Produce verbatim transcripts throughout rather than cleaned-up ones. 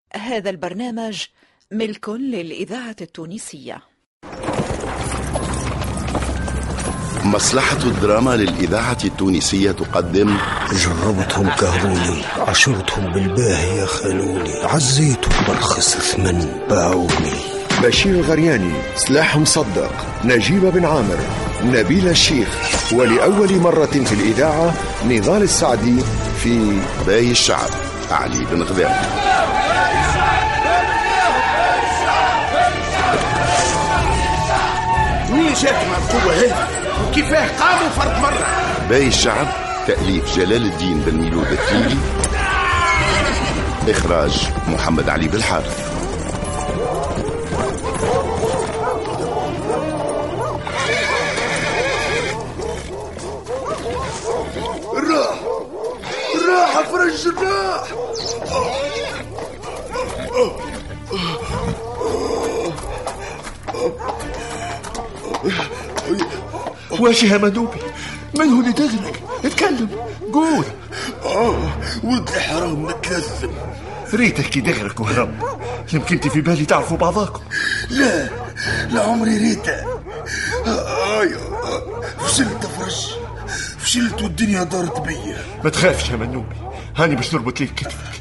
هذا البرنامج ملك للإذاعة التونسية. مصلحة الدراما للإذاعة التونسية تقدم جربتهم كهروني، عشرتهم بالباهية خانوني، عزيتهم برخص ثمن باعوني. بشير الغرياني، سلاح مصدق، نجيب بن عامر، نبيل الشيخ، ولأول مرة في الإذاعة نضال السعدي في باي الشعب، علي بن غذام. منين جاتهم القوة هذه وكيفاه قاموا فرد مرة؟ باي الشعب تأليف جلال الدين بن ميلود التيلي، إخراج محمد علي بالحارث. الراح الراح فرج الراح. واش يا مندوبي؟ من هو اللي تغرق؟ اتكلم قول. اه ولد الحرام متلثم. ريتك كي دغرك وهرب، يمكن في بالي تعرفوا بعضاكم. لا لا عمري ريته. آه فشلت فرج، فشلت والدنيا دارت بيا. ما تخافش يا منوبي، هاني باش نربط ليك كتفك.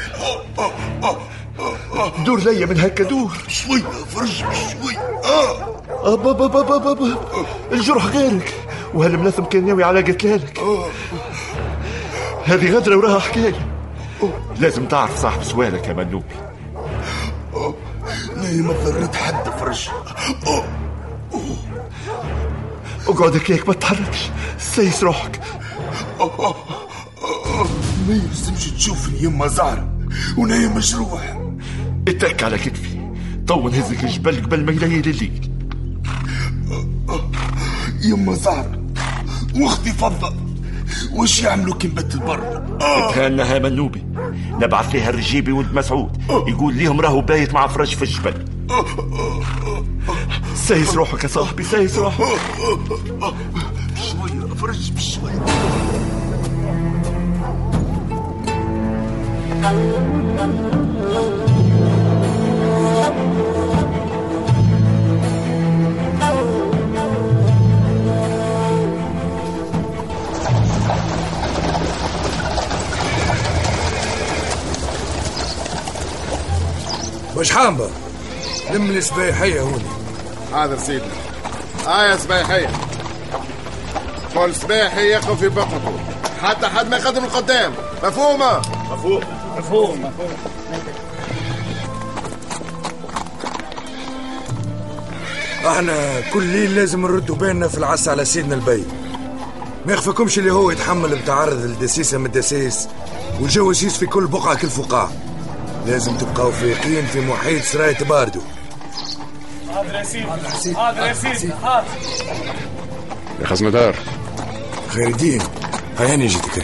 دور ليا من هكا دور شوي فرج شوي. اه أبا بابا بابا بابا الجرح غيرك، وهالملاثم كان ناوي على قتلالك. هذه غدرة وراها حكاية، لازم تعرف صاحب سوالك يا منوبي. لا ما ضرت حد فرج. اقعد هكاك ما تتحركش، سيس روحك. ما يلزمش تشوفني يما زهرة ونايا مجروح. اتك على كتفي، تو نهزك الجبل قبل ما يليل الليل. يما زهرة واختي فضة وش يعملوا كي نبت البر؟ اتهانها منوبي، نبعث ليها الرجيبي ولد مسعود يقول ليهم راهو بايت مع فرج في الجبل. سايس روحك يا صاحبي، سايس روحك. بشوية فرج بشوية. باش حامبة لم السبايحية هوني. حاضر سيدنا. آه يا سبايحية، كل سبايحي يقف في بقته حتى حد ما يقدم القدام. مفهومة؟ مفهوم مفهوم مفهوم. احنا كل ليل لازم نردوا بالنا في العس على سيدنا البي. ما يخفكمش اللي هو يتحمل متعرض للدسيسة من الدسيس والجواسيس في كل بقعة كل فقاع. لازم تبقوا فايقين في محيط سراية باردو. حاضر يا سيدي، حاضر يا سيدي، حاضر. يا خزندار. خير الدين، هياني جيتك.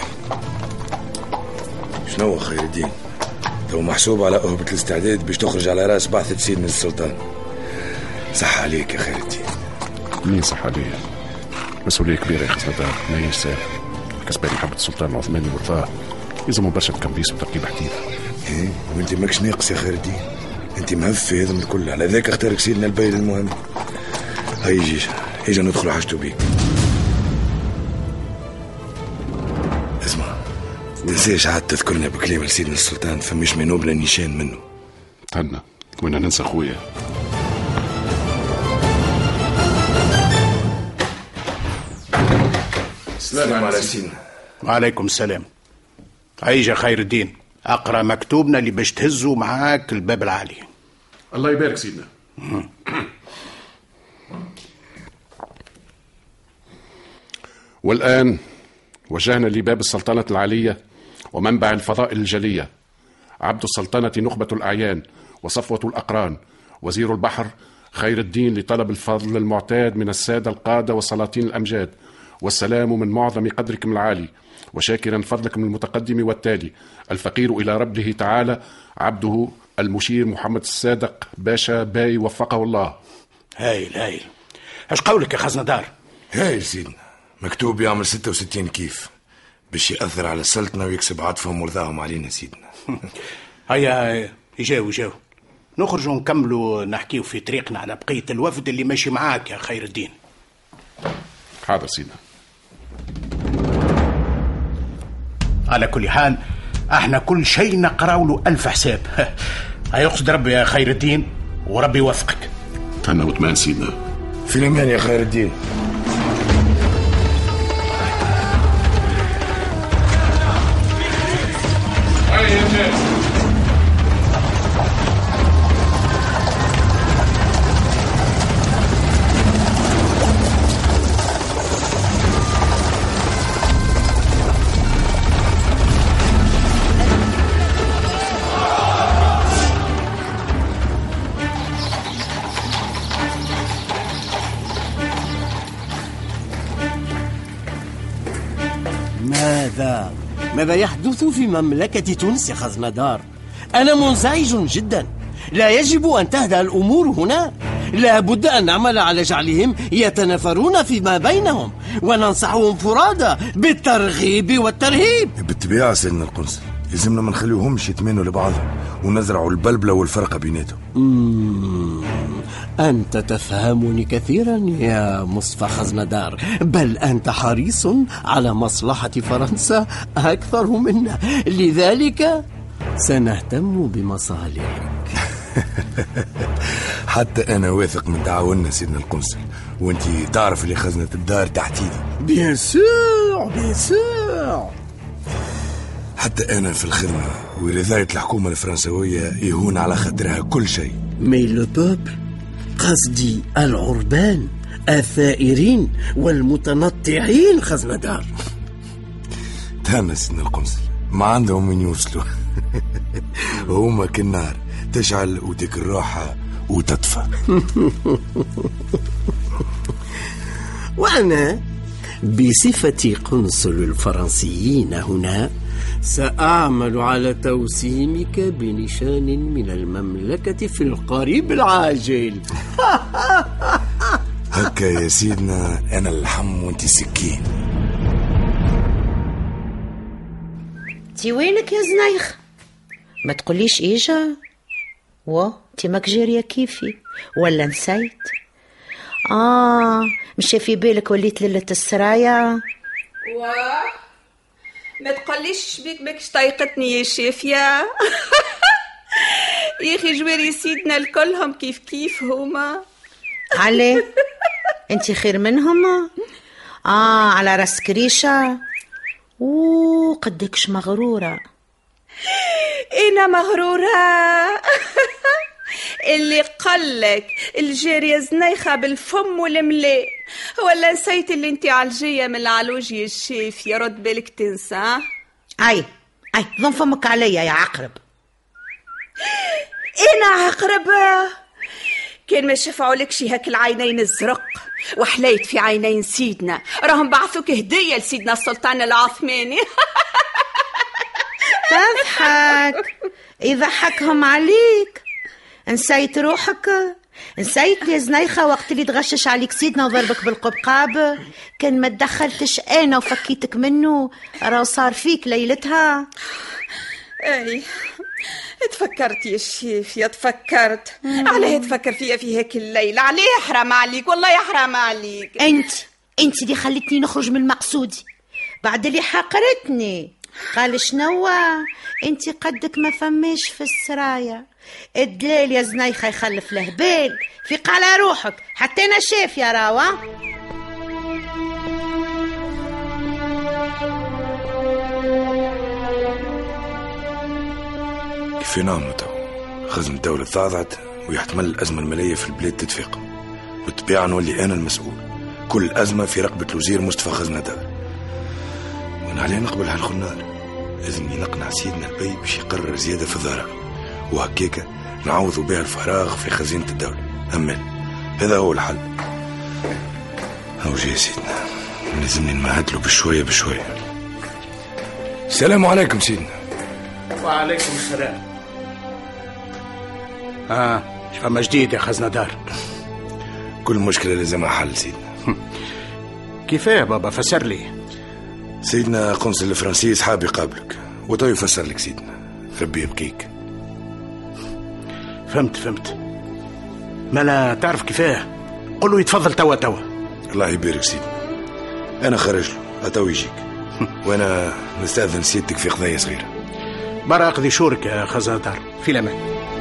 شنو خير الدين؟ تو محسوب على أهبة الاستعداد باش تخرج على راس بعثة سيدنا السلطان. صح عليك يا خير الدين. مين صح علي؟ مسؤولية كبيرة يا خزندار، ما هيش سهل. كسبان محبة السلطان العثماني ورضاه يلزموا برشا تكمبيس وتركيب حديث. ايه وانت ماكش ناقص يا خير الدين، انت مهف في هذا الكل. على ذاك اختارك سيدنا البي المهم. هاي يجي اجا ندخلوا حاجته بيك. اسمع، تنساش عاد تذكرنا بكلمة لسيدنا السلطان، فمش منوب نيشان منه. تهنى وانا ننسى خويا. السلام على سيدنا. وعليكم السلام. عيجة خير الدين، أقرأ مكتوبنا اللي باش تهزوا معاك الباب العالي. الله يبارك سيدنا. والآن وجهنا لباب السلطنة العالية ومنبع الفضائل الجلية، عبد السلطنة نخبة الأعيان وصفوة الأقران، وزير البحر خير الدين لطلب الفضل المعتاد من السادة القادة والسلاطين الأمجاد، والسلام من معظم قدركم العالي، وشاكرا فضلكم المتقدم والتالي، الفقير إلى ربه تعالى، عبده المشير محمد الصادق باشا باي وفقه الله. هايل هايل. ايش قولك يا خزندار؟ هايل سيدنا، مكتوب يعمل ستة وستين كيف باش يأثر على السلطنة ويكسب عطفهم ورضاهم علينا سيدنا. هيا جاو جاو نخرجوا نكملوا نحكيو في طريقنا على بقية الوفد اللي ماشي معاك يا خير الدين. حاضر سيدنا. على كل حال احنا كل شيء نقراو له ألف حساب. هيقصد ربي يا خير الدين وربي يوفقك. تهنى وتمان سيدنا. في الأمان يا خير الدين. ماذا؟ ماذا يحدث في مملكة تونس يا خزندار؟ أنا منزعج جدا. لا يجب أن تهدأ الأمور هنا. لا بد أن نعمل على جعلهم يتنافرون فيما بينهم وننصحهم فرادى بالترغيب والترهيب. بالطبيعة سيدنا القنصل لازمنا ما نخليوهمش يتمنوا لبعضهم ونزرعوا البلبلة والفرقة بيناتهم. أنت تفهمني كثيرا يا مصطفى خزندار، بل أنت حريص على مصلحة فرنسا أكثر منا، لذلك سنهتم بمصالحك. حتى أنا واثق من تعاوننا سيدنا القنصل، وانتي تعرف اللي خزنة الدار تحت ايدي. بيان سور بيان سور. حتى أنا في الخدمة ورضاية الحكومة الفرنسوية يهون على خاطرها كل شيء. مي لو بوبل، قصدي العربان الثائرين والمتنطعين خزندار. تهنى سيدنا القنصل، ما عندهم من يوصلوا. هما كالنار تشعل وتكر روحها وتطفى. وأنا بصفتي قنصل الفرنسيين هنا سأعمل على توسيمك بنشان من المملكة في القريب العاجل. هكا يا سيدنا، أنا اللحم وانت السكين. تي وينك يا زنيخ؟ ما تقوليش إيجا؟ و تي ماك جارية كيفي ولا نسيت؟ آه مش في بالك وليت ليلة السرايا؟ واه ما تقوليش شبيك ماكش طايقتني يا شافية. يا اخي جواري سيدنا الكلهم كيف كيف هما. علي انتي خير منهم؟ اه على راس كريشة. اوه قدكش مغرورة. انا مغرورة. اللي قلك الجارية زنيخة بالفم والملاء، ولا نسيت اللي انتي عالجية من العلوج يا الشيف؟ يا رد بالك تنسى. اي اي ضم فمك عليا يا عقرب. انا عقرب؟ كان ما شفعوا لك شي هاك العينين الزرق وحليت في عينين سيدنا، راهم بعثوك هدية لسيدنا السلطان العثماني. تضحك يضحكهم عليك. نسيت روحك؟ نسيت يا زنيخة وقت اللي تغشش عليك سيدنا وضربك بالقبقاب؟ كان ما تدخلتش انا وفكيتك منه راه صار فيك ليلتها. اي تفكرت يا الشيف يا تفكرت. عليه تفكر فيها في هيك الليلة؟ عليه حرام عليك والله يا حرام عليك. انت انت دي خلتني نخرج من مقصودي بعد اللي حقرتني. قال شنو انت قدك ما فماش في السرايا. الدليل يا زنيخة يخلف له بال. فيق على روحك حتى انا شاف يا راوة. كيف نعملوا تو؟ خزنة الدولة تضعضعت ويحتمل الأزمة المالية في البلاد تتفاقم. بالطبيعة نولي أنا المسؤول. كل أزمة في رقبة الوزير مصطفى خزندار، وانا عليه نقبل هالخنار. لازمني نقنع سيدنا البي باش يقرر زيادة في الضرائب، وهكاكا نعوضوا بها الفراغ في خزينة الدولة. أمل هذا هو الحل. هو جاي سيدنا، لازمني نمهدله بشوية بشوية. السلام عليكم سيدنا. وعليكم السلام. آه فما جديد يا خزندار؟ كل مشكلة لازمها حل سيدنا. كيف يا بابا؟ فسر لي. سيدنا قنصل الفرنسي حاب يقابلك وتو يفسر لك سيدنا. ربي يبقيك. فهمت فهمت. ما لا تعرف كيفاه، قل له يتفضل توا توا. الله يبارك سيدي، انا خرج له تو يجيك. وانا نستاذن سيادتك في قضيه صغيره. برا اقضي شورك يا خزندار، في الامان.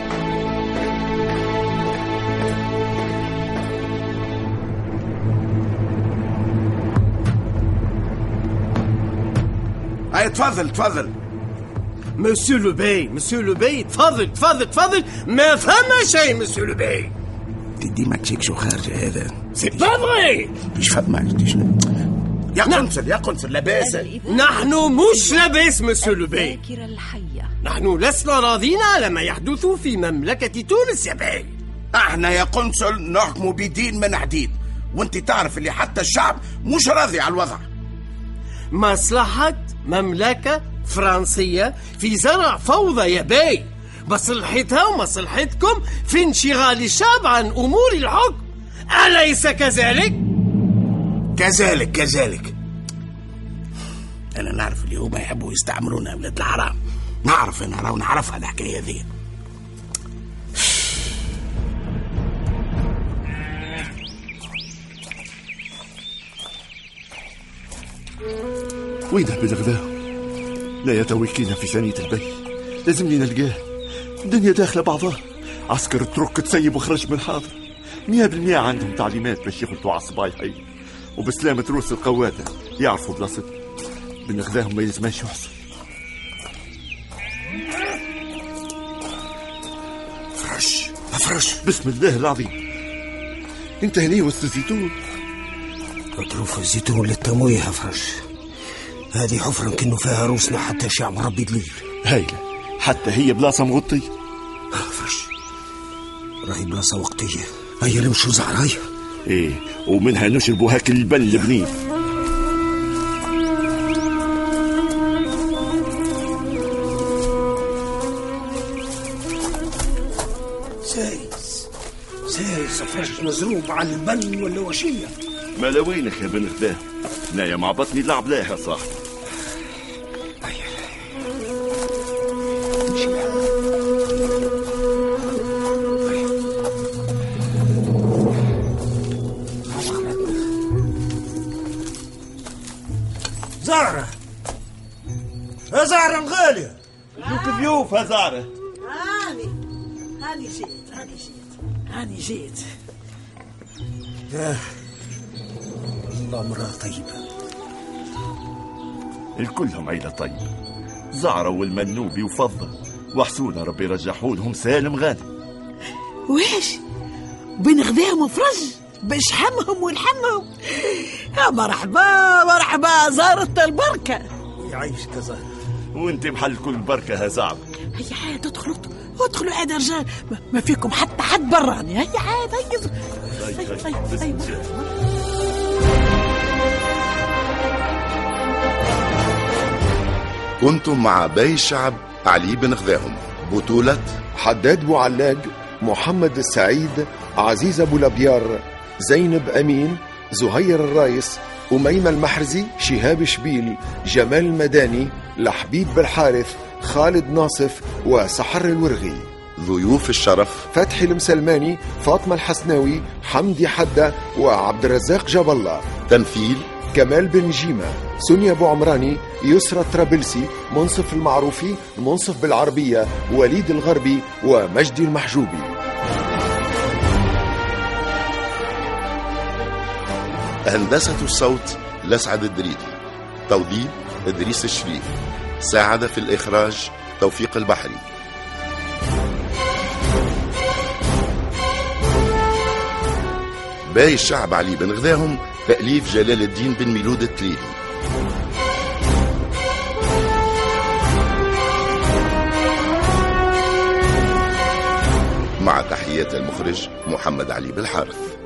هاي تفضل تفضل. مسيو لو بي، مسيو لو بي، تفضل تفضل تفضل. ما فما شيء مسيو لو بي. تدي ما تشيك شو خارجه هذا. سي با فغي. مش فما شنو. يا قنصل يا قنصل لاباس. نحن مش لاباس مسيو لو بي. نحن لسنا راضين على ما يحدث في مملكة تونس يا بي. احنا يا قنصل نحكم بدين من حديد، وانت تعرف اللي حتى الشعب مش راضي على الوضع. مصلحة مملكة فرنسية في زرع فوضى يا بي، مصلحتها ومصلحتكم في انشغال الشعب عن أمور الحكم، أليس كذلك؟ كذلك كذلك. أنا نعرف اللي هما يحبوا يستعمرونا أولاد الحرام، نعرف أنا راو نعرفها الحكاية ذي. وينه بالغداء؟ لا يتوكينا في ثانية البي، لازمني نلقاه. الدنيا داخلة بعضها، عسكر الترك تسيب وخرج من الحاضر. مية بالمية عندهم تعليمات باش يغلطوا على الصبايحي، وبسلامة روس القوادة يعرفوا بلاصتهم. بنغذاهم ما يلزماش يحصل. فرش فرش. بسم الله العظيم. انت هني وسط الزيتون. اطروف الزيتون للتمويه فرش. هذه حفرة كأنه فيها روسنا حتى شعب ربي دليل. هايلة، حتى هي بلاصة مغطية. فرش راهي بلاصة وقتية، هيا نمشوا زعرايا. ايه، ومنها نشربوا هاك البن البنيف. سايس سايس فرش مزروب على البن ولا وشية. ما لوينك يا بن خداه، نايا مع بطني لعب لاها يا صاحبي. زهرة يا زهرة الغالية، شوف ضيوف يا زهرة. هاني هاني جيت هاني جيت هاني جيت. ياه الله، مرأة طيبة. الكلهم عيلة طيبة، زعرة والمنوبي وفضة وحسونة، ربي يرجحوا لهم سالم غانم. واش بنغذاهم فرج باش حمهم ونحمهم. يا مرحبا مرحبا زهرة البركة. يعيشك زهرة. وانت محل كل بركة يا زعب. هيا عاد ادخلوا ادخلوا عاد يا رجال، ما فيكم حتى حد براني. هيا عاد هيا. كنتم مع باي الشعب علي بن غذاهم، بطولة حداد بوعلاق، محمد السعيد، عزيز أبو لبيار، زينب أمين، زهير الرايس، أميمة المحرزي، شهاب شبيل، جمال المداني، لحبيب بالحارث، خالد ناصف، وسحر الورغي. ضيوف الشرف فتحي المسلماني، فاطمة الحسناوي، حمدي حدة، وعبد الرزاق جاب الله. تمثيل كمال بن جيمة، سونيا أبو عمراني، يسرى طرابلسي، منصف المعروفي، منصف بالعربية، وليد الغربي، ومجدي المحجوبي. هندسة الصوت لسعد الدريدي، توظيف إدريس الشريف، ساعد في الإخراج توفيق البحري. باي الشعب علي بن غذاهم، تأليف جلال الدين بن ميلود التليلي. مع تحيات المخرج محمد علي بالحارث.